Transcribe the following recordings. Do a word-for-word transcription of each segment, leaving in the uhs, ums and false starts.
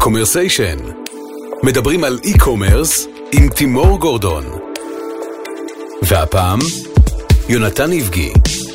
קומרסיישן. מדברים על אי-קומרס עם תימור גורדון. והפעם, יונתן איבגי.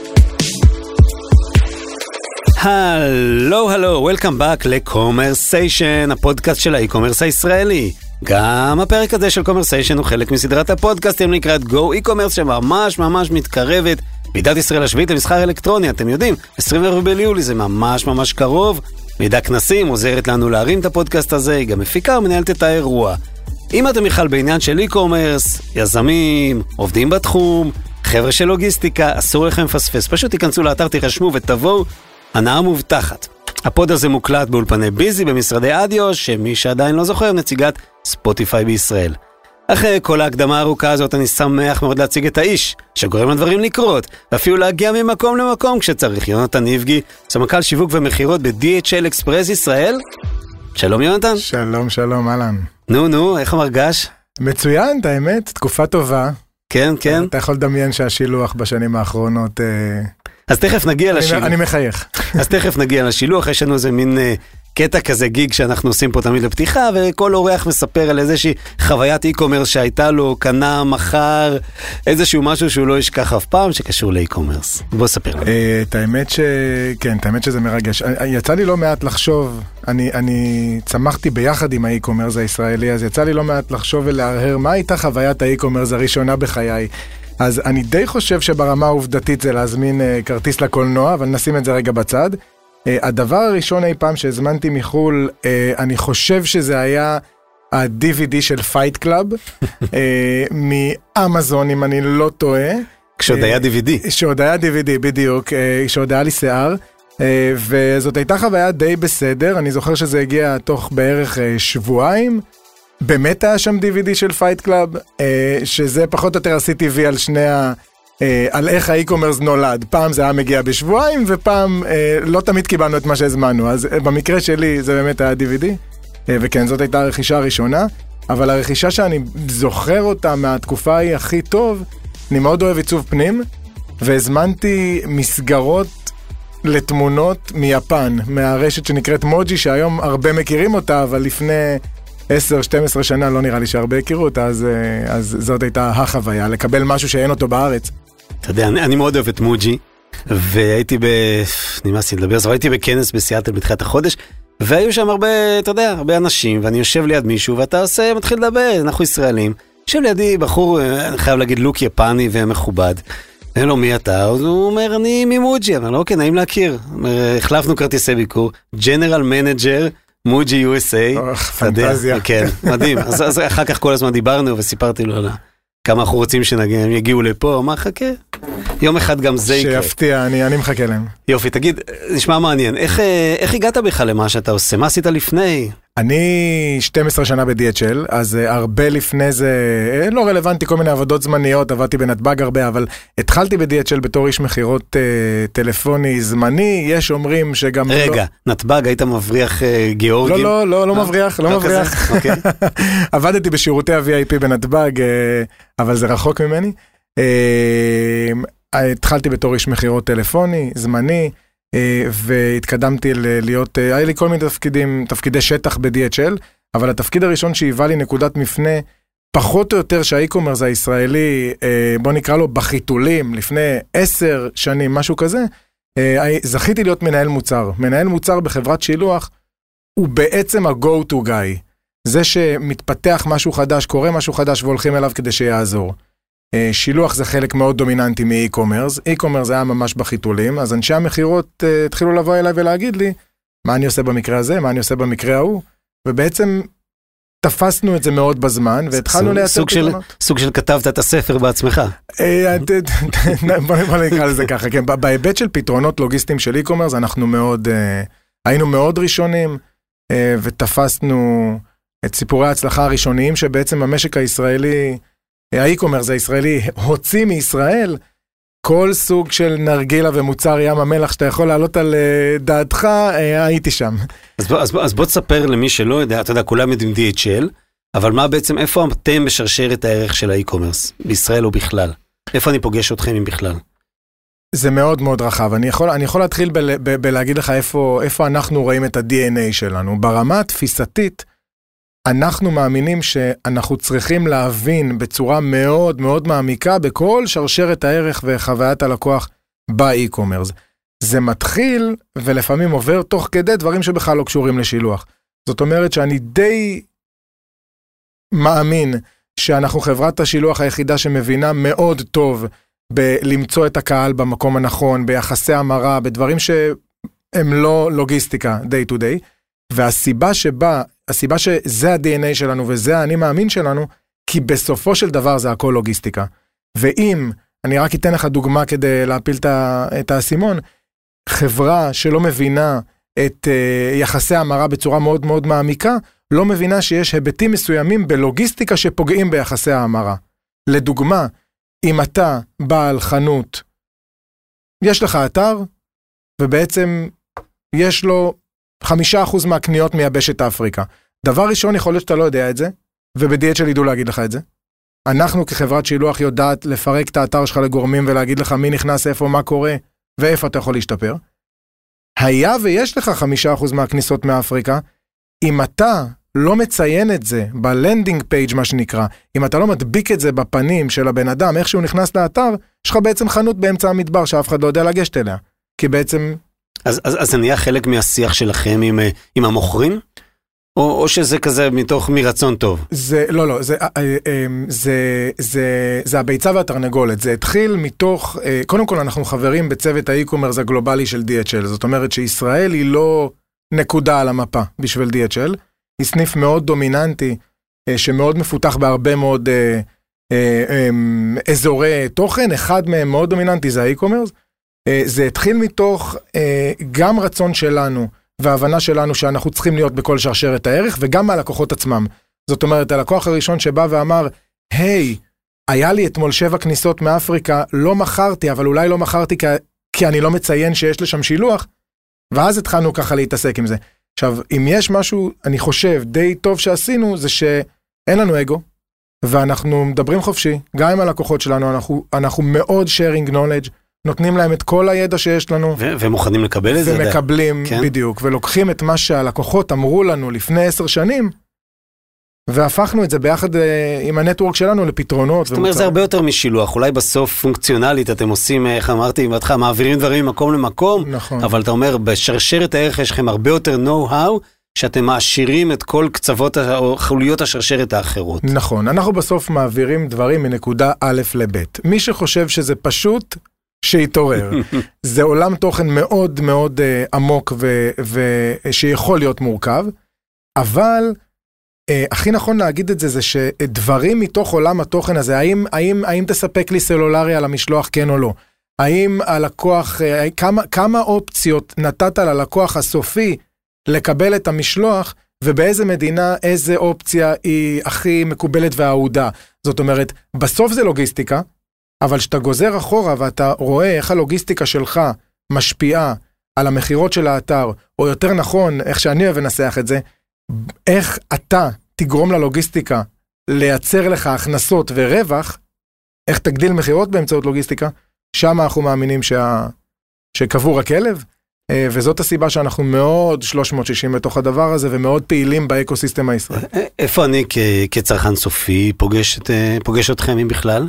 הלו, הלו, welcome back לקומרסיישן, הפודקאסט של האי-קומרס הישראלי. גם הפרק הזה של קומרסיישן הוא חלק מסדרת הפודקאסטים נקראת Go E-Commerce, שממש ממש מתקרבת. ועידת ישראל השביעית למסחר אלקטרוני, אתם יודעים, עשרים וארבעה ביולי זה ממש ממש קרוב. ועידת כנסים עוזרת לנו להרים את הפודקאסט הזה, היא גם מפיקה ומנהלת את האירוע. אם אתם בכלל בעניין של אי-קומרס, יזמים, עובדים בתחום, חבר'ה של לוגיסטיקה, אסור לכם לפספס. פשוט תיכנסו לאתר, תירשמו ותבואו, הנאה מובטחת. הפוד הזה מוקלט באולפני ביזי במשרדי אדיו, שמי שעדיין לא זוכר נציגת ספוטיפיי בישראל. אחרי כל ההקדמה הארוכה הזאת אני שמח מאוד להציג את האיש שגורם לדברים לקרות, ואפילו להגיע ממקום למקום כשצריך. יונתן איבגי, סמנכ"ל שיווק ומחירות ב-די אייץ' אל אקספרס ישראל. שלום יונתן. שלום, שלום, אהלן. נו, נו, איך המרגש? מצוין, את האמת, תקופה טובה. כן, כן. אתה יכול לדמיין שהשילוח בשנים האחרונות... אז תכף נגיע לשילוח. אני מחייך. אז תכף נגיע לשילוח, יש לנו איזה מין קטע כזה גיג שאנחנו עושים פה תמיד לפתיחה, וכל אורח מספר על איזושהי חוויית אי-קומרס שהייתה לו, קנה, מחר, איזשהו משהו שהוא לא ישכח אף פעם שקשור לאי-קומרס. בוא ספר לנו. את האמת ש... כן, את האמת שזה מרגש. יצא לי לא מעט לחשוב, אני, אני צמחתי ביחד עם האי-קומרס הישראלי, אז יצא לי לא מעט לחשוב ולהרהר מה הייתה חוויית האי-קומרס הראשונה בחיי. אז אני די חושב שברמה העובדתית זה להזמין uh, כרטיס לקולנוע, אבל נשים את זה רגע בצד. Uh, הדבר הראשון אי פעם שהזמנתי מחול, uh, אני חושב שזה היה ה-די וי די של פייט קלאב, uh, מאמזון אם אני לא טועה. כשעוד היה די וי די. כשעוד היה די וי די, בדיוק, uh, כשעוד היה לי שיער. Uh, וזאת הייתה חוויה די בסדר, אני זוכר שזה הגיע תוך בערך uh, שבועיים, באמת היה שם די וי די של פייט קלאב, שזה פחות או יותר עשיתי וי על שני ה... על איך האי-קומרס נולד. פעם זה היה מגיע בשבועיים, ופעם לא תמיד קיבלנו את מה שהזמנו. אז במקרה שלי זה באמת היה די וי די, וכן, זאת הייתה הרכישה הראשונה, אבל הרכישה שאני זוכר אותה מהתקופה היא הכי טוב, אני מאוד אוהב עיצוב פנים, והזמנתי מסגרות לתמונות מיפן, מהרשת שנקראת מוג'י, שהיום הרבה מכירים אותה, אבל לפני... עשר שתים עשרה שנה לא נראה לי שהרבה הכירו אותה, אז, אז זאת הייתה החוויה, לקבל משהו שאין אותו בארץ. אתה יודע, אני, אני מאוד אוהב את מוג'י, והייתי ב... נמאסתי לדבר, אז הייתי בכנס בסיאטל בתחילת החודש, והיו שם הרבה, אתה יודע, הרבה אנשים, ואני יושב ליד מישהו, ואתה עושה, מתחיל לדבר, אנחנו ישראלים. יושב לידי בחור, אני חייב להגיד, לוק יפני ומכובד. אין לו מי אתה, הוא אומר, אני ממוג'י, אבל אוקיי, נעים להכיר. החלפנו כרטיסי ביקור, ג'נרל מנג'ר, מוג'י יו אס איי, פנטזיה. כן, מדהים. אז, אז אחר כך כל הזמן דיברנו וסיפרתי לו לה, כמה אנחנו רוצים שהם יגיעו לפה, מה חכה? יום אחד גם זה יקרה. שיפתיע, אני, אני מחכה להם. יופי, תגיד, נשמע מעניין, איך, איך הגעת בכלל למה שאתה עושה? מה עשית לפני? אני שתים עשרה שנה ב-די אייץ' אל, אז הרבה לפני זה, לא רלוונטי, כל מיני עבודות זמניות, עבדתי בנתב"ג הרבה, אבל התחלתי ב-די אייץ' אל בתור איש מחירות אה, טלפוני זמני, יש אומרים שגם... רגע, לא... נתב"ג, היית מבריח אה, גיאורגים? לא, לא, לא, לא מבריח, לא, לא מבריח. אוקיי. עבדתי בשירותי ה-וי איי פי בנתב"ג, אה, אבל זה רחוק ממני. אה, התחלתי בתור איש מחירות טלפוני, זמני, והתקדמתי להיות, היה לי כל מיני תפקידים, תפקידי שטח ב-די אייץ' אל, אבל התפקיד הראשון שהיווה לי נקודת מפנה, פחות או יותר שהאי-קומרס הישראלי, בוא נקרא לו בחיתולים, לפני עשר שנים, משהו כזה, זכיתי להיות מנהל מוצר. מנהל מוצר בחברת שילוח, הוא בעצם ה-go to guy. זה שמתפתח משהו חדש, קורה משהו חדש, והולכים אליו כדי שיעזור. שילוח זה חלק מאוד דומיננטי מאי-קומרס, אי-קומרס זה היה ממש בחיתולים, אז אנשי המחירות uh, התחילו לבוא אליי ולהגיד לי, מה אני עושה במקרה הזה, מה אני עושה במקרה ההוא, ובעצם תפסנו את זה מאוד בזמן, והתחלנו לייצר פתרונות. סוג של כתבת את הספר בעצמך. בוא נקרא לזה ככה, כן, בהיבט של פתרונות לוגיסטיים של אי-קומרס, אנחנו מאוד, היינו מאוד ראשונים, ותפסנו את סיפורי ההצלחה הראשוניים, שבעצם המשק הישראלי, האי-קומרס הישראלי הוציא מישראל כל סוג של נרגילה ומוצר ים המלח שאתה יכול לעלות על דעתך, הייתי שם. אז בוא, אז בוא, אז בוא תספר למי שלא יודע, אתה יודע, כולם יודעים די אייץ' אל, אבל מה בעצם, איפה אתם משרשר את הערך של האי-קומרס, בישראל או בכלל? איפה אני פוגש אתכם אם בכלל? זה מאוד מאוד רחב. אני יכול, אני יכול להתחיל ב, ב, בלהגיד לך איפה, איפה אנחנו רואים את ה-די אן איי שלנו. ברמה התפיסתית, אנחנו מאמינים שאנחנו צריכים להבין בצורה מאוד מאוד מעמיקה בכל שרשרת הערך וחוויית הלקוח באי-קומרס. זה מתחיל ולפעמים עובר תוך כדי דברים שבכלל לא קשורים לשילוח. זאת אומרת שאני די מאמין שאנחנו חברת השילוח היחידה שמבינה מאוד טוב בלמצוא את הקהל במקום הנכון, ביחסי המרה, בדברים שהם לא לוגיסטיקה day to day, והסיבה שבה, הסיבה שזה ה-די אן איי שלנו וזה האני מאמין שלנו, כי בסופו של דבר זה הכל לוגיסטיקה. ואם, אני רק אתן לך דוגמה כדי להפיל את האסימון, חברה שלא מבינה את uh, יחסי המרה בצורה מאוד מאוד מעמיקה, לא מבינה שיש היבטים מסוימים בלוגיסטיקה שפוגעים ביחסי המרה. לדוגמה, אם אתה בעל חנות, יש לך אתר, ובעצם יש לו חמישה אחוז מהקניות מייבשת אפריקה. דבר ראשון, יכול להיות שאתה לא יודע את זה, ובדיאט שלי ידעו להגיד לך את זה. אנחנו כחברת שילוח יודעת לפרק את האתר שלך לגורמים ולהגיד לך מי נכנס, איפה, מה קורה, ואיפה אתה יכול להשתפר. היה ויש לך חמישה אחוז מהכניסות מאפריקה, אם אתה לא מציין את זה בלנדינג פייג' מה שנקרא, אם אתה לא מדביק את זה בפנים של הבן אדם, איך שהוא נכנס לאתר, יש לך בעצם חנות באמצע המדבר שאף אחד לא יודע לגשת אליה. כי בעצם... אז, אז, אז זה נהיה חלק מהשיח שלכם עם, עם המוכרים? או, או שזה כזה מתוך מרצון טוב? זה, לא, לא, זה, זה, זה, זה הביצה והתרנגולת. זה התחיל מתוך, קודם כל אנחנו חברים בצוות האי-קומרס הגלובלי של די אייץ' אל. זאת אומרת שישראל היא לא נקודה על המפה בשביל די אייץ' אל. היא סניף מאוד דומיננטי, שמאוד מפותח בהרבה מאוד אזורי תוכן. אחד מהם מאוד דומיננטי זה האי-קומרס. זה התחיל מתוך גם רצון שלנו, וההבנה שלנו שאנחנו צריכים להיות בכל שרשרת הערך, וגם מהלקוחות עצמם. זאת אומרת, הלקוח הראשון שבא ואמר, היי, היה לי אתמול שבע כניסות מאפריקה, לא מכרתי, אבל אולי לא מכרתי כי, כי אני לא מציין שיש לשם שילוח, ואז התחלנו ככה להתעסק עם זה. עכשיו, אם יש משהו, אני חושב, די טוב שעשינו, זה שאין לנו אגו, ואנחנו מדברים חופשי, גם עם הלקוחות שלנו, אנחנו, אנחנו מאוד sharing knowledge, נותנים להם את כל הידע שיש לנו. ו- ומוכנים לקבל את זה. ומקבלים, כן? בדיוק, ולוקחים את מה שהלקוחות אמרו לנו לפני עשר שנים, והפכנו את זה ביחד עם הנטוורק שלנו לפתרונות. זאת אומרת, זה הרבה יותר משילוח, אולי בסוף פונקציונלית אתם עושים, איך אמרתי, ואתך מעבירים דברים ממקום למקום, נכון. אבל אתה אומר, בשרשרת הערך יש לכם הרבה יותר know-how, שאתם מעשירים את כל קצוות או חוליות השרשרת האחרות. נכון, אנחנו בסוף מעבירים דברים מנקודה א' לב'. מי שחושב שזה פשוט, שיתעורר. זה עולם תוכן מאוד מאוד uh, עמוק ושיכול להיות מורכב, אבל uh, הכי נכון להגיד את זה, זה שדברים מתוך עולם התוכן הזה, האם, האם, האם תספק לי סלולרי על המשלוח כן או לא? האם הלקוח, uh, כמה, כמה אופציות נתת ללקוח הסופי לקבל את המשלוח, ובאיזה מדינה, איזה אופציה היא הכי מקובלת והאהודה? זאת אומרת, בסוף זה לוגיסטיקה, אבל שאתה גוזר אחורה ואתה רואה איך הלוגיסטיקה שלך משפיעה על המחירות של האתר, או יותר נכון, איך שאני אוהב לנסח את זה, איך אתה תגרום ללוגיסטיקה לייצר לך הכנסות ורווח, איך תגדיל מחירות באמצעות לוגיסטיקה, שם אנחנו מאמינים שה... שקבור הכלב, וזאת הסיבה שאנחנו מאוד שלוש מאות שישים בתוך הדבר הזה, ומאוד פעילים באקוסיסטם הישראלי. איפה אני כ... כצרכן סופי פוגש, את... פוגש אתכם אם בכלל?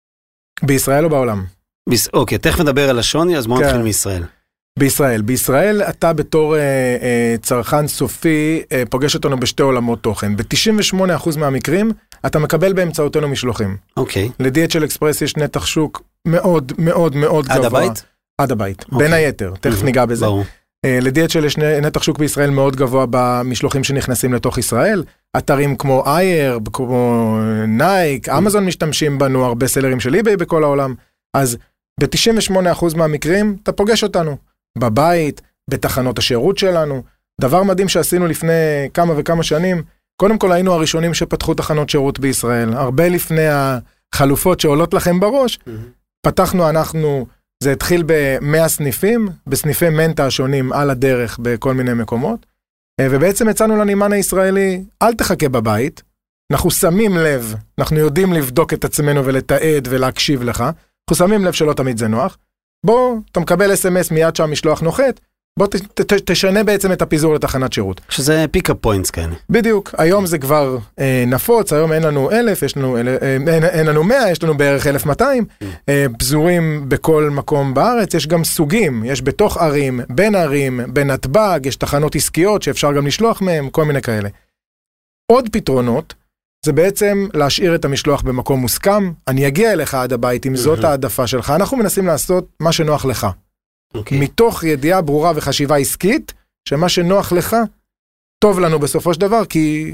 בישראל או בעולם? ביס... אוקיי, תכף נדבר על השוני, אז בואו נתחיל מישראל. בישראל. בישראל אתה בתור אה, אה, צרכן סופי אה, פוגש אותנו בשתי עולמות תוכן. ב-תשעים ושמונה אחוז מהמקרים אתה מקבל באמצעותנו משלוחים. אוקיי. ל-די אייץ' אל אקספרס יש נתח שוק מאוד מאוד מאוד גבוה. עד הבית? עד הבית, אוקיי. בין היתר, תכף ניגע בזה. ברור. אה, ל-די אייץ' אל יש נתח שוק בישראל מאוד גבוה במשלוחים שנכנסים לתוך ישראל. אתרים כמו אייר, כמו נייק, אמזון משתמשים בנו, הרבה סלרים של eBay בכל העולם. אז ב-תשעים ושמונה אחוז מהמקרים אתה פוגש אותנו. בבית, בתחנות השירות שלנו. דבר מדהים שעשינו לפני כמה וכמה שנים, קודם כל היינו הראשונים שפתחו תחנות שירות בישראל. הרבה לפני החלופות שעולות לכם בראש, פתחנו אנחנו, זה התחיל ב-מאה סניפים, בסניפי מנטה השונים על הדרך בכל מיני מקומות, ובעצם הצענו לנימן הישראלי, אל תחכה בבית, אנחנו שמים לב, אנחנו יודעים לבדוק את עצמנו ולתעד ולהקשיב לך, אנחנו שמים לב שלא תמיד זה נוח, בוא, אתה מקבל אס אם אס מיד שהמשלוח נוחת, בוא ת, ת, תשנה בעצם את הפיזור לתחנת שירות. שזה פיק-אפ פוינטס כאלה. בדיוק, היום זה כבר אה, נפוץ, היום אין לנו אלף, יש לנו, אל, אה, אין, אין לנו מאה, יש לנו בערך אלף מאתיים, אה, פזורים בכל מקום בארץ, יש גם סוגים, יש בתוך ערים, בין ערים, בנתב"ג, יש תחנות עסקיות שאפשר גם לשלוח מהם, כל מיני כאלה. עוד פתרונות, זה בעצם להשאיר את המשלוח במקום מוסכם, אני אגיע אליך עד הבית, אם זאת העדפה שלך, אנחנו מנסים לעשות מה שנוח לך. Okay. מתוך ידיעה ברורה וחשיבה עסקית, שמה שנוח לך, טוב לנו בסופו של דבר, כי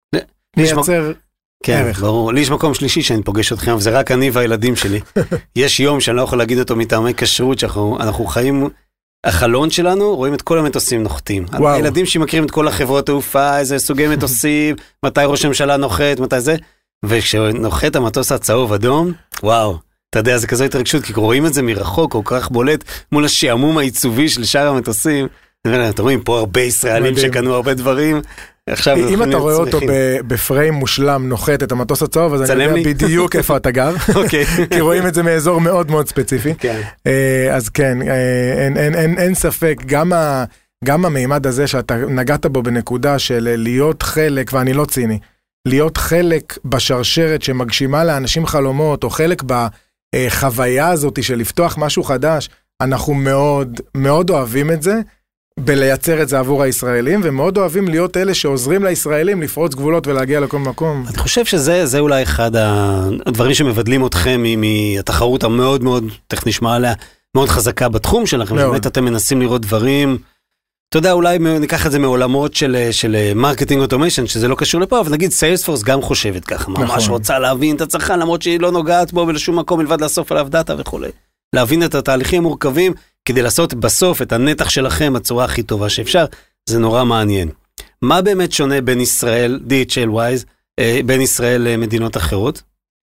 מייצר כן, ערך. ברור. לי יש מקום שלישי שאני פוגש אתכם, וזה רק אני והילדים שלי. יש יום שאני לא יכול להגיד אותו מטעמי כשרות, שאנחנו חיים, החלון שלנו, רואים את כל המטוסים נוחתים. וואו. הילדים שמכירים את כל החברות תעופה, איזה סוגי מטוסים, מתי ראש הממשלה נוחת, מתי זה, וכשנוחת המטוס הצהוב אדום, וואו. אתה יודע, זה כזו התרגשות, כי רואים את זה מרחוק, כל כך בולט, מול השעמום העיצובי של שאר המטוסים. אתם רואים, פה הרבה ישראלים שקנו הרבה דברים. אם אתה רואה אותו בפריים מושלם נוחת את המטוס הצהוב, אז אני יודע בדיוק איפה אתה גר. כי רואים את זה מאזור מאוד מאוד ספציפי. אז כן, אין ספק, גם המימד הזה שאתה נגעת בו בנקודה של להיות חלק, ואני לא ציני, להיות חלק בשרשרת שמגשימה לאנשים חלומות, או חלק ב... חוויה הזאת של לפתוח משהו חדש, אנחנו מאוד, מאוד אוהבים את זה, בלייצר את זה עבור הישראלים, ומאוד אוהבים להיות אלה שעוזרים לישראלים לפרוץ גבולות ולהגיע לכל מקום. אני חושב שזה זה אולי אחד הדברים שמבדלים אתכם מהתחרות המאוד מאוד, תכף נשמע עליה, מאוד חזקה בתחום שלכם, באמת אתם מנסים לראות דברים, אתה יודע, אולי ניקח את זה מעולמות של, של מרקטינג אוטומיישן, שזה לא קשור לפה, אבל נגיד סיילספורס גם חושבת ככה, ממש רוצה להבין את הצרכן, למרות שהיא לא נוגעת בו ולשום מקום מלבד לאסוף עליו דאטה וכו'. להבין את התהליכים המורכבים, כדי לעשות בסוף את הנתח שלכם בצורה הכי טובה שאפשר, זה נורא מעניין. מה באמת שונה בין ישראל, די אייץ' אל ווייז, בין ישראל למדינות אחרות?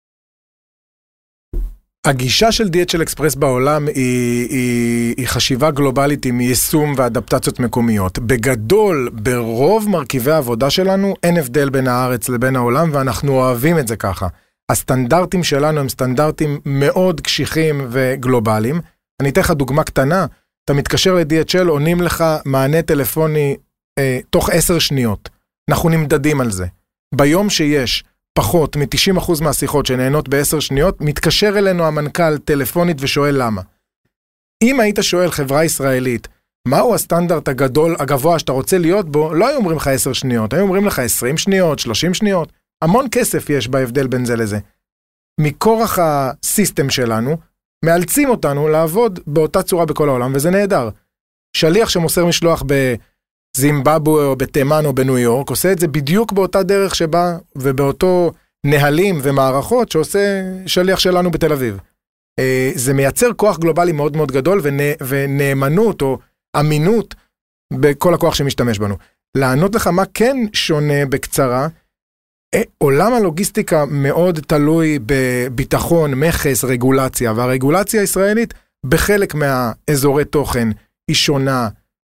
הגישה של די אייץ' אל אקספרס בעולם היא, היא, היא חשיבה גלובלית עם יישום ואדפטציות מקומיות. בגדול, ברוב מרכיבי העבודה שלנו, אין הבדל בין הארץ לבין העולם, ואנחנו אוהבים את זה ככה. הסטנדרטים שלנו הם סטנדרטים מאוד קשיחים וגלובליים. אני אתן לך דוגמה קטנה, אתה מתקשר ל-די אייץ' אל, עונים לך מענה טלפוני אה, תוך עשר שניות. אנחנו נמדדים על זה. ביום שיש פחות מ-תשעים אחוז מהשיחות שנהנות בעשר שניות, מתקשר אלינו המנכ"ל טלפונית ושואל למה. אם היית שואל חברה ישראלית, מהו הסטנדרט הגדול, הגבוה שאתה רוצה להיות בו, לא היו אומרים לך עשר שניות, היו אומרים לך עשרים שניות, שלושים שניות, המון כסף יש בהבדל בין זה לזה. מכורח הסיסטם שלנו, מאלצים אותנו לעבוד באותה צורה בכל העולם, וזה נהדר. שליח שמוסר משלוח בזימבבואה או בתימן או בניו יורק, עושה את זה בדיוק באותה דרך שבה, ובאותו נהלים ומערכות שעושה שליח שלנו בתל אביב. זה מייצר כוח גלובלי מאוד מאוד גדול, ונאמנות או אמינות בכל הכוח שמשתמש בנו. לענות לך מה כן שונה בקצרה, עולם הלוגיסטיקה מאוד תלוי בביטחון, מכס, רגולציה, והרגולציה הישראלית בחלק מהאזורי תוכן היא שונה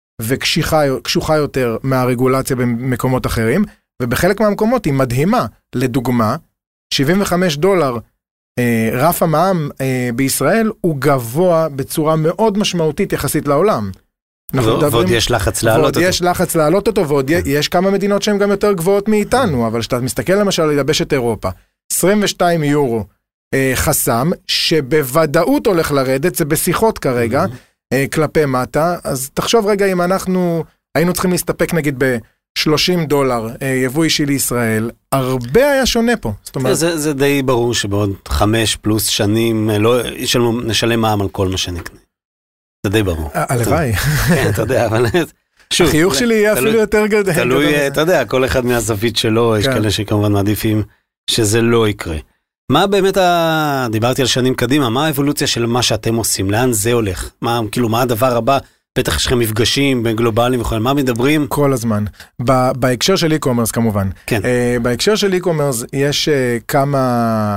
וקשוחה יותר מהרגולציה במקומות אחרים, ובחלק מהמקומות היא מדהימה. לדוגמה, שבעים וחמישה דולר רף המע"מ בישראל הוא גבוה בצורה מאוד משמעותית יחסית לעולם. ועוד יש לחץ להעלות אותו. ועוד יש לחץ להעלות אותו, ועוד יש כמה מדינות שהן גם יותר גבוהות מאיתנו, אבל שאתה מסתכל למשל על יבשת אירופה, עשרים ושתיים יורו חסם, שבוודאות הולך לרדת, זה בשיחות כרגע, כלפי מטה, אז תחשוב רגע אם אנחנו היינו צריכים להסתפק נגיד ב-שלושים דולר יבוא אישי לישראל, הרבה היה שונה פה. זה, זה די ברור שבעוד חמש פלוס שנים לא נשלם מע"מ על כל מה שנקנה. זה די ברור. הלוואי. כן, אתה יודע, אבל... החיוך שלי יהיה אפילו יותר גדול. תלוי, אתה יודע, כל אחד מהזווית שלו, יש כאלה שכמובן מעדיפים שזה לא יקרה. מה באמת, דיברתי על שנים קדימה, מה האבולוציה של מה שאתם עושים? לאן זה הולך? מה, כאילו, מה הדבר הבא? בטח יש לכם מפגשים בין גלובליים וכל, מה מדברים? כל הזמן. בהקשר של e-commerce כמובן. כן. בהקשר של e-commerce יש כמה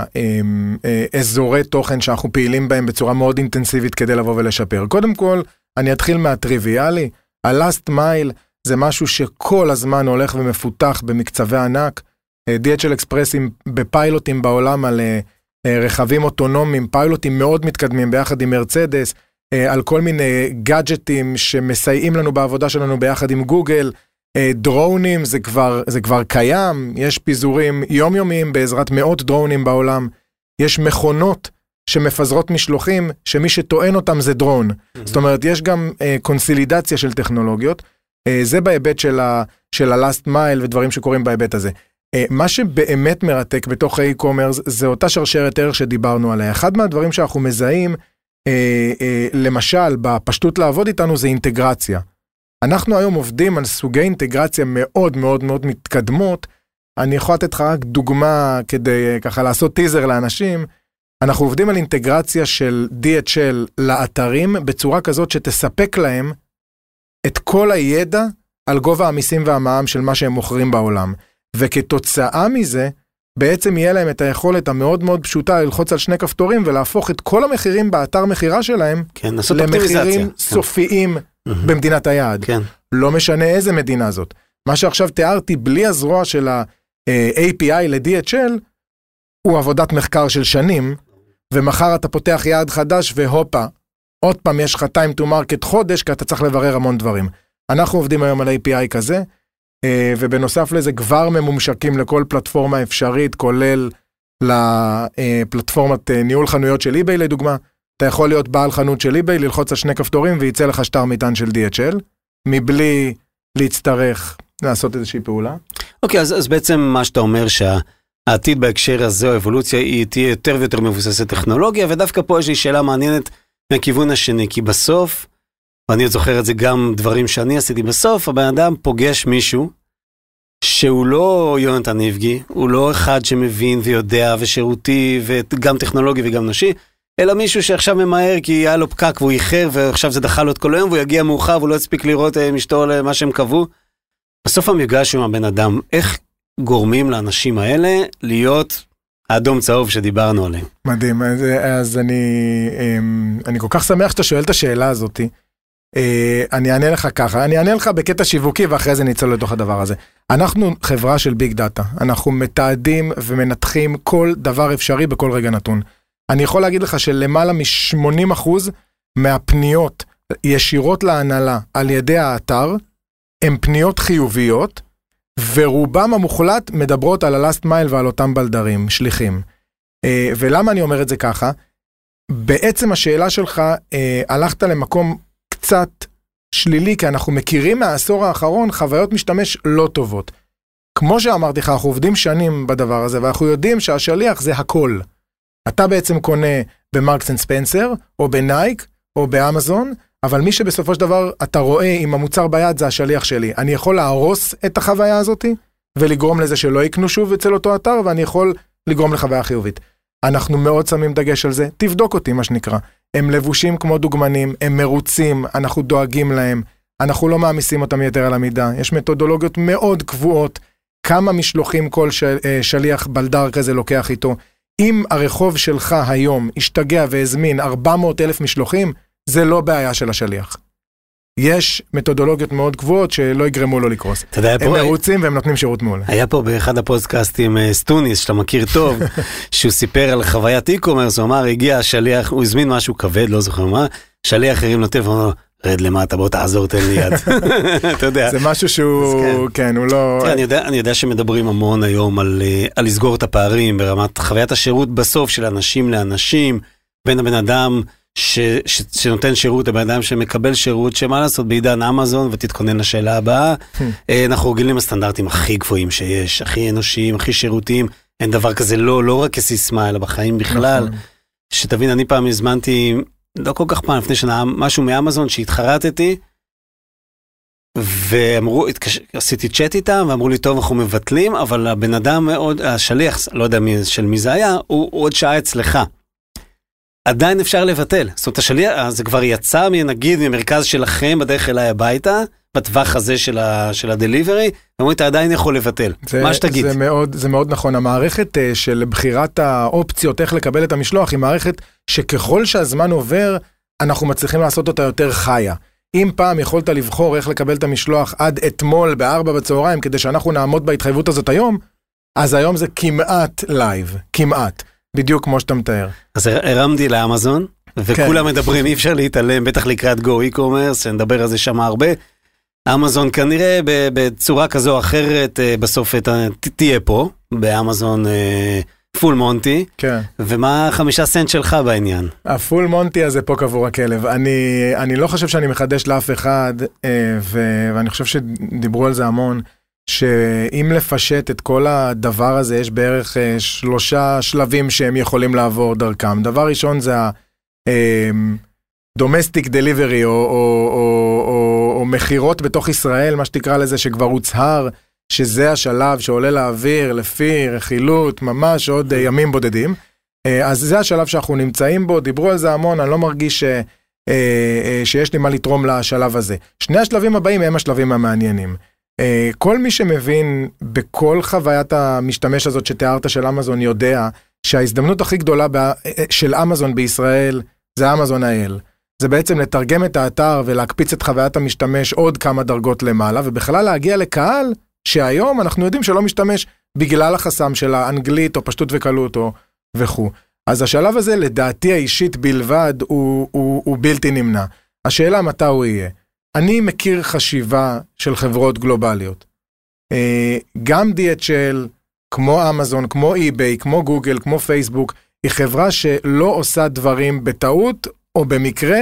אזורי תוכן שאנחנו פעילים בהם בצורה מאוד אינטנסיבית כדי לבוא ולשפר. קודם כל, אני אתחיל מהטריוויאלי. ה-last mile זה משהו שכל הזמן הולך ומפותח במקצבי ענק. די אייץ' אל אקספרסים בפיילוטים בעולם על רכבים אוטונומיים, פיילוטים מאוד מתקדמים ביחד עם מרצדס, על כל מיני גאדג'טים שמסייעים לנו בעבודה שלנו ביחד עם גוגל, דרונים, זה כבר, זה כבר קיים, יש פיזורים יומיומיים בעזרת מאות דרונים בעולם, יש מכונות שמפזרות משלוחים, שמי שטוען אותם זה דרון. Mm-hmm. זאת אומרת, יש גם uh, קונסילידציה של טכנולוגיות, uh, זה בהיבט של ה- של ה-last mile ודברים שקורים בהיבט הזה. Uh, מה שבאמת מרתק בתוך האי-קומרס, זה אותה שרשרת ערך שדיברנו עליה. אחד מהדברים שאנחנו מזהים, uh, uh, למשל, בפשטות לעבוד איתנו, זה אינטגרציה. אנחנו היום עובדים על סוגי אינטגרציה מאוד מאוד מאוד מתקדמות. אני יכול לתת לך רק דוגמה כדי ככה לעשות טיזר לאנשים. אנחנו עובדים על אינטגרציה של די אייץ' אל לאתרים בצורה כזאת שתספק להם את כל הידע על גובה המיסים והמע"מ של מה שהם מוכרים בעולם. וכתוצאה מזה, בעצם יהיה להם את היכולת המאוד מאוד פשוטה ללחוץ על שני כפתורים ולהפוך את כל המחירים באתר מחירה שלהם כן, למחירים סופיים כן. במדינת היעד. כן. לא משנה איזה מדינה זאת. מה שעכשיו תיארתי בלי הזרוע של ה-איי פי איי ל-די אייץ' אל, הוא עבודת מחקר של שנים, ומחר אתה פותח יעד חדש והופה, עוד פעם יש לך time to market חודש, כי אתה צריך לברר המון דברים. אנחנו עובדים היום על איי פי איי כזה, ובנוסף לזה כבר ממומשקים לכל פלטפורמה אפשרית, כולל לפלטפורמת ניהול חנויות של eBay לדוגמה. אתה יכול להיות בעל חנות של eBay, ללחוץ על שני כפתורים ויצא לך שטר מטען של די אייץ' אל, מבלי להצטרך לעשות איזושהי פעולה. אוקיי, אז, אז בעצם מה שאתה אומר שהעתיד בהקשר הזה, האבולוציה, היא תהיה יותר ויותר מבוססת טכנולוגיה, ודווקא פה יש לי שאלה מעניינת מהכיוון השני, כי בסוף, ואני זוכר את זה גם דברים שאני עשיתי, בסוף הבן אדם פוגש מישהו, שהוא לא יונתן איבגי, הוא לא אחד שמבין ויודע ושירותי, וגם טכנולוגי וגם נשי, אלא מישהו שעכשיו ממהר כי היה לו פקק והוא איחר, ועכשיו זה דחה לו את כל היום, והוא יגיע מאוחר והוא לא יספיק לראות משתור למה שהם קבעו. בסוף המפגש עם הבן אדם, איך גורמים לאנשים האלה להיות האדום צהוב שדיברנו עליהם? מדהים, אז, אז אני, אני כל כך שמח שאתה שואל את השאלה הזאת. אני אענה לך ככה, אני אענה לך בקטע שיווקי ואחרי זה ניצול לתוך הדבר הזה. אנחנו חברה של ביג דאטה, אנחנו מתעדים ומנתחים כל דבר אפשרי בכל רגע נתון. אני יכול להגיד לך שלמעלה מ-שמונים אחוז מהפניות ישירות להנהלה על ידי האתר, הן פניות חיוביות, ורובם המוחלט מדברות על ה-last mile ועל אותם בלדרים, שליחים. ולמה אני אומר את זה ככה? בעצם השאלה שלך, הלכת למקום קצת שלילי, כי אנחנו מכירים מהעשור האחרון חוויות משתמש לא טובות. כמו שאמרתי לך, אנחנו עובדים שנים בדבר הזה, ואנחנו יודעים שהשליח זה הכל. אתה בעצם קונה במרקס אנד ספנסר, או בנייק, או באמזון, אבל מי שבסופו של דבר אתה רואה עם המוצר ביד זה השליח שלי. אני יכול להרוס את החוויה הזאת, ולגרום לזה שלא יקנו שוב אצל אותו אתר, ואני יכול לגרום לחוויה חיובית. אנחנו מאוד שמים דגש על זה, תבדוק אותי מה שנקרא. הם לבושים כמו דוגמנים, הם מרוצים, אנחנו דואגים להם, אנחנו לא מעמיסים אותם יותר על המידה. יש מתודולוגיות מאוד קבועות, כמה משלוחים כל של, שליח בלדר כזה לוקח איתו. אם הרחוב שלך היום השתגע והזמין ארבע מאות אלף משלוחים, זה לא בעיה של השליח. יש מתודולוגיות מאוד קבועות שלא יגרמו לו לקרוס. הם מרוצים והם נותנים שירות מעולה. היה פה באחד הפודקאסטים סטוניס, שאתה מכיר טוב, שהוא סיפר על חוויית אי-קומרס, הוא אמר, הגיע השליח, הוא הזמין משהו כבד, לא זוכר מה, שליח הרים לו טלפון, הוא אמר, רד למטה, בוא תעזור, תן לי יד. אתה יודע. זה משהו שהוא, כן, הוא לא... אני יודע שמדברים המון היום על לסגור את הפערים, ברמת חוויית השירות בסוף של אנשים לאנשים, בין הבן אדם ש, ש, שנותן שירות, הבן אדם שמקבל שירות, שמה לעשות בעידן אמזון, ותתכונן לשאלה הבאה. אנחנו רגילים הסטנדרטים הכי גבוהים שיש, הכי אנושיים, הכי שירותיים, אין דבר כזה לא, לא רק כסיסמה, אלא בחיים בכלל. שתבין, אני פעם הזמנתי, לא כל כך פעם, לפני שנה, משהו מאמזון שהתחרטתי, ואמרו, התקש... עשיתי צ'אט איתם, ואמרו לי, טוב, אנחנו מבטלים, אבל הבן אדם מאוד, השליח, לא יודע מי, של מי זה היה, הוא, הוא עוד שעה אצלך. עדיין אפשר לבטל. זאת אומרת, השליח, זה כבר יצא, נגיד, ממרכז שלכם, בדרך אליי הביתה, בטווח הזה של, ה, של הדליברי, ואומרים, אתה עדיין יכול לבטל. זה, מה שתגיד. זה מאוד, זה מאוד נכון. המערכת של בחירת האופציות, איך לקבל את המשלוח, היא מערכת שככל שהזמן עובר, אנחנו מצליחים לעשות אותה יותר חיה. אם פעם יכולת לבחור איך לקבל את המשלוח עד אתמול בארבע בצהריים, כדי שאנחנו נעמוד בהתחייבות הזאת היום, אז היום זה כמעט לייב, כמעט. בדיוק כמו שאתה מתאר. אז הרמתי לאמזון, וכולם מדברים, אי אפשר להתעלם, בטח לקראת גו אי-קומרס, שנדבר על זה שם הרבה. אמזון כנראה בצורה כזו או אחרת, בסוף תהיה פה, באמזון פול מונטי. כן. ומה חמישה סנט שלך בעניין? הפול מונטי הזה פה קבור הכלב. אני, אני לא חושב שאני מחדש לאף אחד, ואני חושב שדיברו על זה המון, שאם לפשט את כל הדבר הזה, יש בערך שלושה שלבים שהם יכולים לעבור דרכם. דבר ראשון זה ה-domestic delivery, או, או, או, או, או מחירות בתוך ישראל, מה שתקרא לזה, שכבר הוצהר, שזה השלב שעולה לאוויר, לפי רכילות, ממש עוד ימים בודדים. אז זה השלב שאנחנו נמצאים בו, דיברו על זה המון, אני לא מרגיש ש, שיש לי מה לתרום לשלב הזה. שני השלבים הבאים הם השלבים המעניינים. כל מי שמבין בכל חוויית המשתמש הזאת שתיארת של אמזון יודע שההזדמנות הכי גדולה של אמזון בישראל זה אמזון האל. זה בעצם לתרגם את האתר ולהקפיץ את חוויית המשתמש עוד כמה דרגות למעלה, ובכלל להגיע לקהל שהיום אנחנו יודעים שלא משתמש בגלל החסם של האנגלית או פשטות וקלות או וכו'. אז השלב הזה לדעתי האישית בלבד הוא, הוא, הוא בלתי נמנע. השאלה מתי הוא יהיה. אני מכיר חשיבה של חברות גלובליות. גם די אייץ' אל, כמו אמזון, כמו אי-ביי, כמו גוגל, כמו פייסבוק, היא חברה שלא עושה דברים בטעות או במקרה,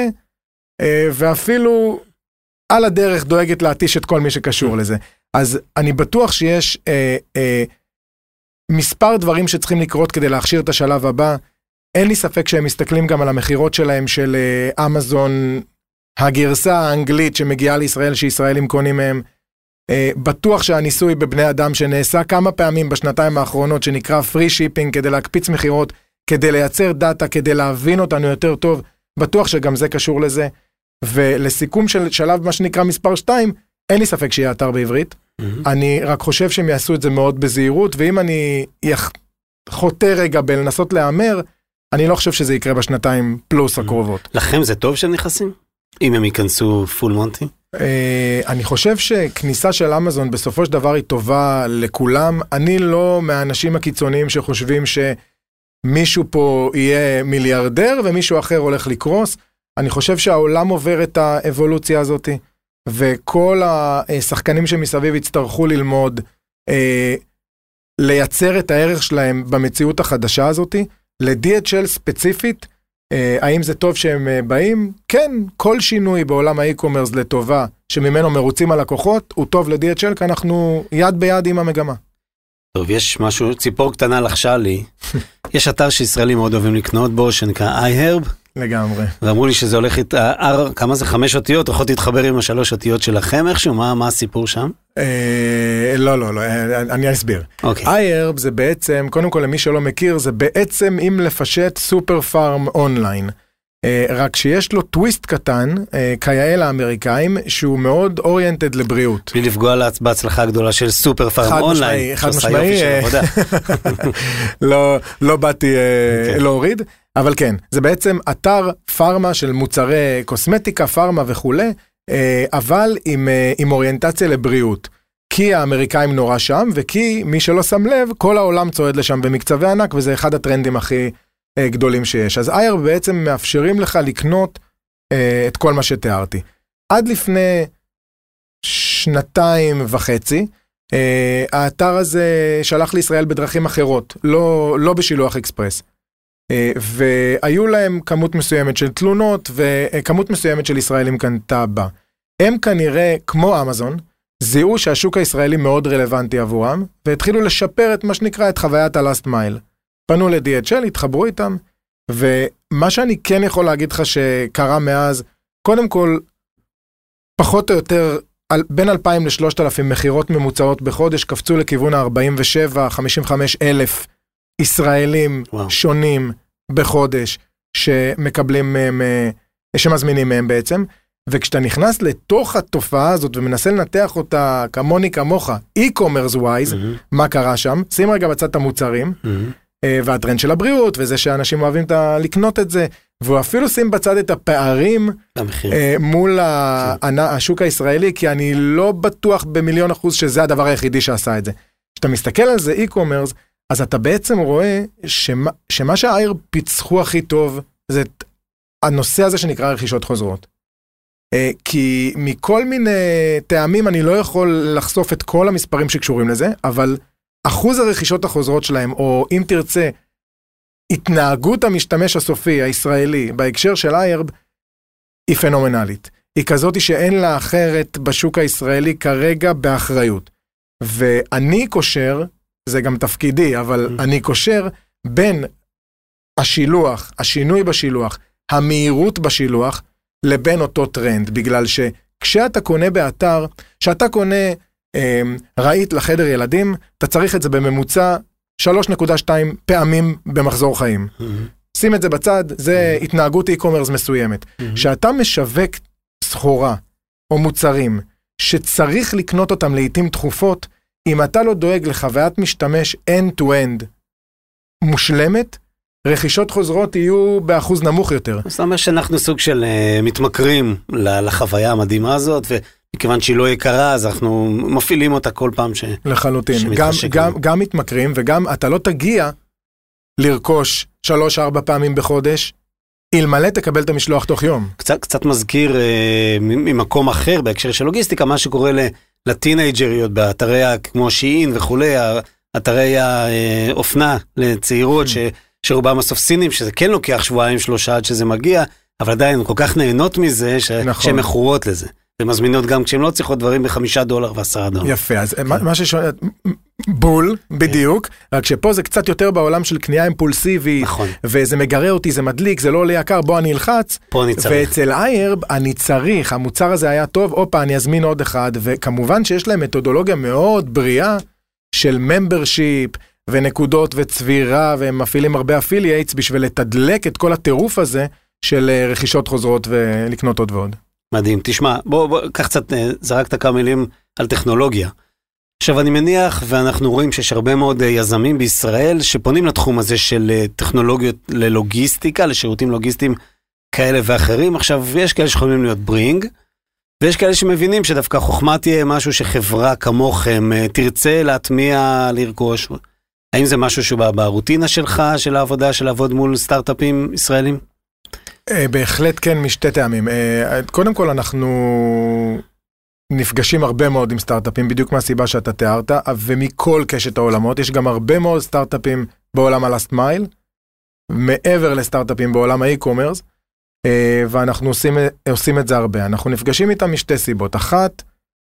ואפילו על הדרך דואגת להתיש את כל מי שקשור לזה. אז אני בטוח שיש אה, אה, מספר דברים שצריכים לקרות כדי להכשיר את השלב הבא. אין לי ספק שהם מסתכלים גם על המחירות שלהם של אה, אמזון, הגרסה האנגלית שמגיעה לישראל, שישראלים קונים מהם. אה, בטוח שהניסוי בבני אדם שנעשה כמה פעמים בשנתיים האחרונות, שנקרא פרי שיפינג, כדי להקפיץ מחירות, כדי לייצר דאטה, כדי להבין אותנו יותר טוב, בטוח שגם זה קשור לזה. ולסיכום של שלב מה שנקרא מספר שתיים, אין לי ספק שיהיה אתר בעברית. Mm-hmm. אני רק חושב שהם יעשו את זה מאוד בזהירות, ואם אני חוטא רגע בלנסות לאמר, אני לא חושב שזה יקרה בשנתיים פלוס mm-hmm. הקרובות. לכם זה טוב שהם נכנסים? אם הם ייכנסו פול מונטי? Uh, אני חושב שכניסה של אמזון בסופו של דבר היא טובה לכולם. אני לא מהאנשים הקיצוניים שחושבים שמישהו פה יהיה מיליארדר ומישהו אחר הולך לקרוס. אני חושב שהעולם עובר את האבולוציה הזאת, וכל השחקנים שמסביב יצטרכו ללמוד, אה, לייצר את הערך שלהם במציאות החדשה הזאת. ל-די אייץ' אל ספציפית, אה, האם זה טוב שהם אה, באים? כן, כל שינוי בעולם האי-קומרס לטובה, שממנו מרוצים הלקוחות, הוא טוב ל-די אייץ' אל, כי אנחנו יד ביד עם המגמה. טוב, יש משהו, ציפור קטנה לחשה לי. יש אתר שישראלים מאוד אוהבים לקנות בו, שנקרא iHerb. לגמרי. ואמרו לי שזה הולך, אר, כמה זה חמש אותיות, יכולת להתחבר עם השלוש אותיות שלכם איכשהו, מה, מה הסיפור שם? אה, לא, לא, לא, אני אסביר. אוקיי. iHerb זה בעצם, קודם כל למי שלא מכיר, זה בעצם אם לפשט סופר פארם אונליין. אה, רק שיש לו טוויסט קטן, אה, כיאה האמריקאים, שהוא מאוד אוריינטד לבריאות. בלי לפגוע בהצלחה הגדולה של סופר פארם אונליין. חד משמעי, לא, לא באתי אה, להוריד. אבל כן, זה בעצם אתר פארמה של מוצרי קוסמטיקה, פארמה וכו', אבל עם, עם אוריינטציה לבריאות. כי האמריקאים נורא שם, וכי מי שלא שם לב, כל העולם צועד לשם במקצבי ענק, וזה אחד הטרנדים הכי גדולים שיש. אז iHerb בעצם מאפשרים לך לקנות את כל מה שתיארתי. עד לפני שנתיים וחצי, האתר הזה שלח לישראל בדרכים אחרות, לא, לא בשילוח אקספרס. והיו להם כמות מסוימת של תלונות וכמות מסוימת של ישראלים קנתה בה. הם כנראה, כמו אמזון, זיהו שהשוק הישראלי מאוד רלוונטי עבורם, והתחילו לשפר את מה שנקרא את חוויית ה-last mile. פנו ל-די אייץ' אל, התחברו איתם, ומה שאני כן יכול להגיד לך שקרה מאז, קודם כל, פחות או יותר, בין אלפיים ל-שלושת אלפים מחירות ממוצעות בחודש, קפצו לכיוון ה-ארבעים ושבע חמישים וחמש אלף ישראלים וואו. שונים בחודש, שמקבלים מהם, שמזמינים מהם בעצם, וכשאתה נכנס לתוך התופעה הזאת, ומנסה לנתח אותה כמוני כמוך, e-commerce wise, mm-hmm. מה קרה שם? שים רגע בצד את המוצרים, mm-hmm. והטרנד של הבריאות, וזה שאנשים אוהבים לקנות את זה, והוא אפילו שים בצד את הפערים, מול כן. השוק הישראלי, כי אני לא בטוח במיליון אחוז שזה הדבר היחידי שעשה את זה. כשאתה מסתכל על זה e-commerce, אז אתה בעצם רואה שמה, שמה שהאייר פיצחו הכי טוב, זה הנושא הזה שנקרא רכישות חוזרות. כי מכל מיני טעמים אני לא יכול לחשוף את כל המספרים שקשורים לזה, אבל אחוז הרכישות החוזרות שלהם, או אם תרצה, התנהגות המשתמש הסופי הישראלי בהקשר של איירב, היא פנומנלית. היא כזאת שאין לה אחרת בשוק הישראלי כרגע באחריות. ואני קושר, זה גם תפקידי, אבל mm-hmm. אני קושר בין השילוח, השינוי בשילוח, המהירות בשילוח, לבין אותו טרנד, בגלל שכשאתה קונה באתר, שאתה קונה אה, ראית לחדר ילדים, אתה צריך את זה בממוצע שלוש נקודה שתיים פעמים במחזור חיים. Mm-hmm. שים את זה בצד, זה mm-hmm. התנהגות e-commerce מסוימת. Mm-hmm. שאתה משווק סחורה או מוצרים, שצריך לקנות אותם לעתים תכופות, אם אתה לא דואג לחוויית משתמש end-to-end מושלמת, רכישות חוזרות יהיו באחוז נמוך יותר. זאת אומרת שאנחנו סוג של uh, מתמכרים לחוויה המדהימה הזאת, ומכיוון שהיא לא יקרה, אז אנחנו מפעילים אותה כל פעם ש... לחלוטין. גם, גם, גם מתמכרים, וגם אתה לא תגיע לרכוש שלוש, ארבע פעמים בחודש, אלמלא תקבל את המשלוח תוך יום. קצת, קצת מזכיר uh, ממקום אחר, בהקשר של לוגיסטיקה, מה שקורה לטינג'ריות, באתרי כמו שיעין וכולי, אתרי האופנה לצעירות ש... שרובם הסוף סינים, שזה כן לוקח שבועיים, שלושה עד שזה מגיע, אבל עדיין כל כך נהנות מזה, ש... נכון. שהן מכורות לזה. ומזמינות גם כשהן לא צריכות דברים בחמישה דולר ועשרה דולר. יפה, אז מה, מה ששואל, בול, בדיוק, yeah. רק שפה זה קצת יותר בעולם של קנייה אימפולסיבית, נכון. וזה מגרה אותי, זה מדליק, זה לא עולה יקר, בוא אני אלחץ. פה אני צריך. ואצל איירב אני צריך, המוצר הזה היה טוב, אופה, אני אזמין עוד אחד, וכמובן שיש להם מתודולוגיה מאוד בריאה, של ממברשיפ, ונקודות וצבירה, והם מפעילים הרבה אפילייטס בשביל לתדלק את כל הטירוף הזה של רכישות חוזרות ולקנות עוד ועוד. מדהים, תשמע, בוא, בוא, קח קצת, זרקת כמה מילים על טכנולוגיה. עכשיו אני מניח, ואנחנו רואים שיש הרבה מאוד יזמים בישראל, שפונים לתחום הזה של טכנולוגיות ללוגיסטיקה, לשירותים לוגיסטיים כאלה ואחרים. עכשיו, יש כאלה שיכולים להיות ברינג, ויש כאלה שמבינים שדווקא חוכמה תהיה משהו שחברה כמוכם תרצה להטמיע, לרכוש. האם זה משהו שהוא ברוטינה שלך, של העבודה, של לעבוד מול סטארט-אפים ישראלים? בהחלט כן, משתי טעמים. קודם כל אנחנו נפגשים הרבה מאוד עם סטארט-אפים, בדיוק מהסיבה שאתה תיארת, ומכל קשת העולמות. יש גם הרבה מאוד סטארט-אפים בעולם ה-last mile, מעבר לסטארט-אפים בעולם האי-קומרס, ואנחנו עושים, עושים את זה הרבה. אנחנו נפגשים איתם משתי סיבות. אחת,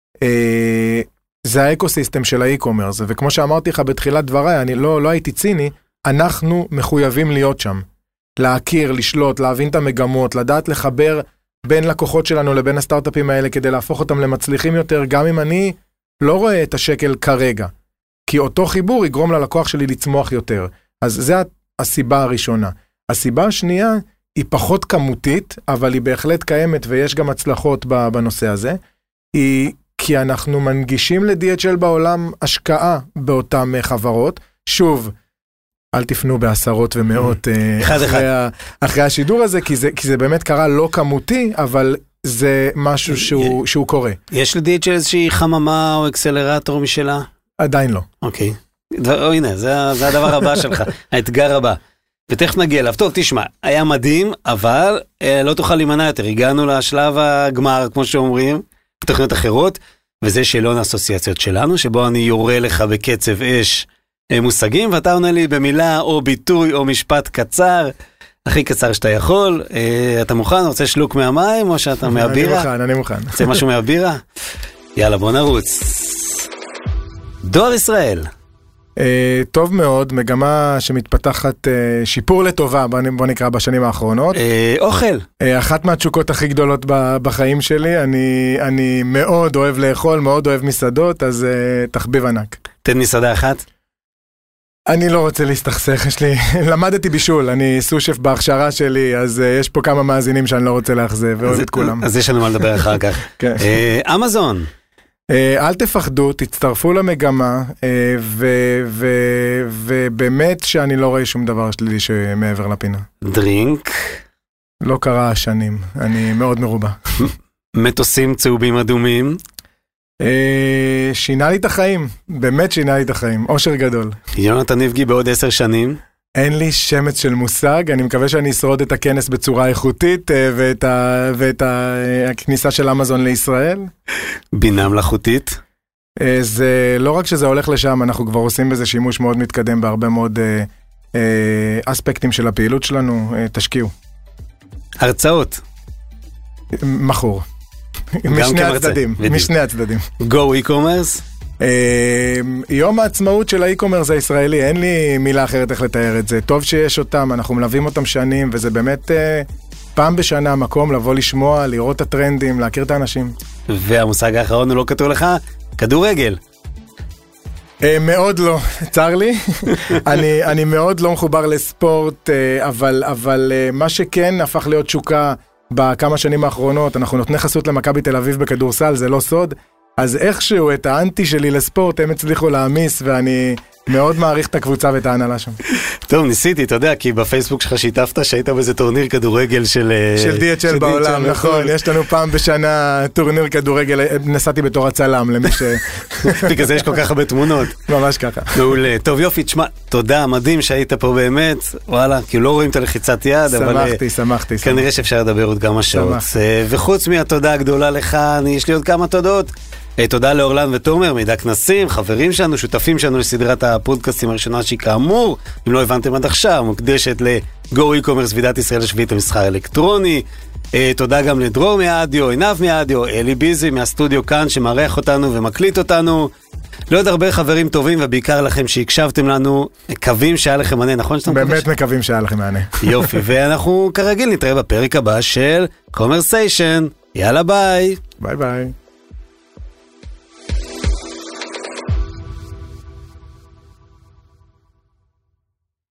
זה האקוסיסטם של האי-קומרס, וכמו שאמרתי לך בתחילת דבריי, אני לא, לא הייתי ציני, אנחנו מחויבים להיות שם. להכיר, לשלוט, להבין את המגמות, לדעת לחבר בין לקוחות שלנו לבין הסטארט-אפים האלה, כדי להפוך אותם למצליחים יותר, גם אם אני לא רואה את השקל כרגע. כי אותו חיבור יגרום ללקוח שלי לצמוח יותר. אז זה הסיבה הראשונה. הסיבה השנייה היא פחות כמותית, אבל היא בהחלט קיימת, ויש גם הצלחות בנושא הזה. היא כי אנחנו מנגישים ל-די אייץ' אל בעולם השקעה באותן חברות. שוב, אל תפנו בעשרות ומאות אחד אחרי, ה, אחרי השידור הזה, כי זה, כי זה באמת קרה לא כמותי, אבל זה משהו שהוא, שהוא קורה. יש ל-די אייץ' אל איזושהי חממה או אקסלרטור משלה? עדיין לא. אוקיי. או, הנה, זה, זה הדבר הבא שלך, האתגר הבא. ותכף נגיע אליו. טוב, תשמע, היה מדהים, אבל אה, לא תוכל להימנע יותר. הגענו לשלב הגמר, כמו שאומרים, בתוכניות אחרות, וזה שאלון האסוציאציות שלנו, שבו אני יורה לך בקצב אש מושגים, ואתה עונה לי במילה או ביטוי או משפט קצר, הכי קצר שאתה יכול. אה, אתה מוכן? רוצה שלוק מהמים או שאתה מהבירה? אני מוכן, אני מוכן. רוצה משהו מהבירה? יאללה, בוא נרוץ. דואר ישראל. Uh, טוב מאוד, מגמה שמתפתחת uh, שיפור לטובה, בוא, בוא נקרא בשנים האחרונות. Uh, אוכל. Uh, אחת מהתשוקות הכי גדולות ב, בחיים שלי, אני, אני מאוד אוהב לאכול, מאוד אוהב מסעדות, אז uh, תחביב ענק. תן מסעדה אחת. אני לא רוצה להסתכסך, יש לי, למדתי בישול, אני סושף בהכשרה שלי, אז uh, יש פה כמה מאזינים שאני לא רוצה לאכזב, ואוהב את כולם. אז יש לנו מה לדבר אחר כך. כן. uh, אמזון. אל תפחדו, תצטרפו למגמה, ובאמת שאני לא רואה שום דבר שלילי שמעבר לפינה. דרינק. לא קרה שנים, אני מאוד מרובה. מטוסים צהובים אדומים. שינה לי את החיים, באמת שינה לי את החיים, אושר גדול. יונתן נבגי בעוד עשר שנים. אין לי שמץ של מושג, אני מקווה שאני אשרוד את הכנס בצורה איכותית, ואת, ה, ואת ה, הכניסה של אמזון לישראל. בינה מלאכותית? זה לא רק שזה הולך לשם, אנחנו כבר עושים בזה שימוש מאוד מתקדם בהרבה מאוד אספקטים של הפעילות שלנו, תשקיעו. הרצאות? מחור. משני הצדדים, משני הצדדים. Go e-commerce? יום העצמאות של האי-קומרס הישראלי, אין לי מילה אחרת איך לתאר את זה. טוב שיש אותם, אנחנו מלווים אותם שנים, וזה באמת פעם בשנה מקום לבוא לשמוע, לראות את הטרנדים, להכיר את האנשים. והמושג האחרון הוא לא כתוב לך? כדורגל. מאוד לא, צר לי. אני, אני מאוד לא מחובר לספורט, אבל, אבל מה שכן הפך להיות תשוקה בכמה שנים האחרונות, אנחנו נותני חסות למכבי תל אביב בכדורסל, זה לא סוד. אז איכשהו את האנטי שלי לספורט הם הצליחו להמיס, ואני מאוד מעריך את הקבוצה ואת ההנהלה שם. טוב, ניסיתי, אתה יודע, כי בפייסבוק שלך שיתפת שהיית באיזה טורניר כדורגל של... של די אץ' אל בעולם, נכון. יש לנו פעם בשנה טורניר כדורגל, נסעתי בתור הצלם למי ש... בגלל זה יש כל כך הרבה תמונות. ממש ככה. מעולה. טוב, יופי, תשמע, תודה, מדהים שהיית פה באמת. וואלה, כי לא רואים את הלחיצת יד, אבל... שמחתי, שמחתי. כנראה שאפשר לדבר עוד כמה שעות. וחוץ מהתודה הגדולה לך, יש לי עוד כמה תודות. תודה לאורלן ותומר, מידע כנסים, חברים שלנו, שותפים שלנו לסדרת הפודקאסטים הראשונה שהיא כאמור, אם לא הבנתם עד עכשיו, מוקדשת ל-Go e-commerce ועידת ישראל השביעית המסחר אלקטרוני. תודה גם לדרור מהאדיו, עינב מהאדיו, אלי ביזי מהסטודיו כאן שמארח אותנו ומקליט אותנו. לעוד הרבה חברים טובים ובעיקר לכם שהקשבתם לנו, מקווים שהיה לכם מענה, נכון? באמת מקווים שהיה לכם מענה. יופי, ואנחנו כרגיל נתראה בפרק הבא של Conversation. יאללה ביי. ביי ביי.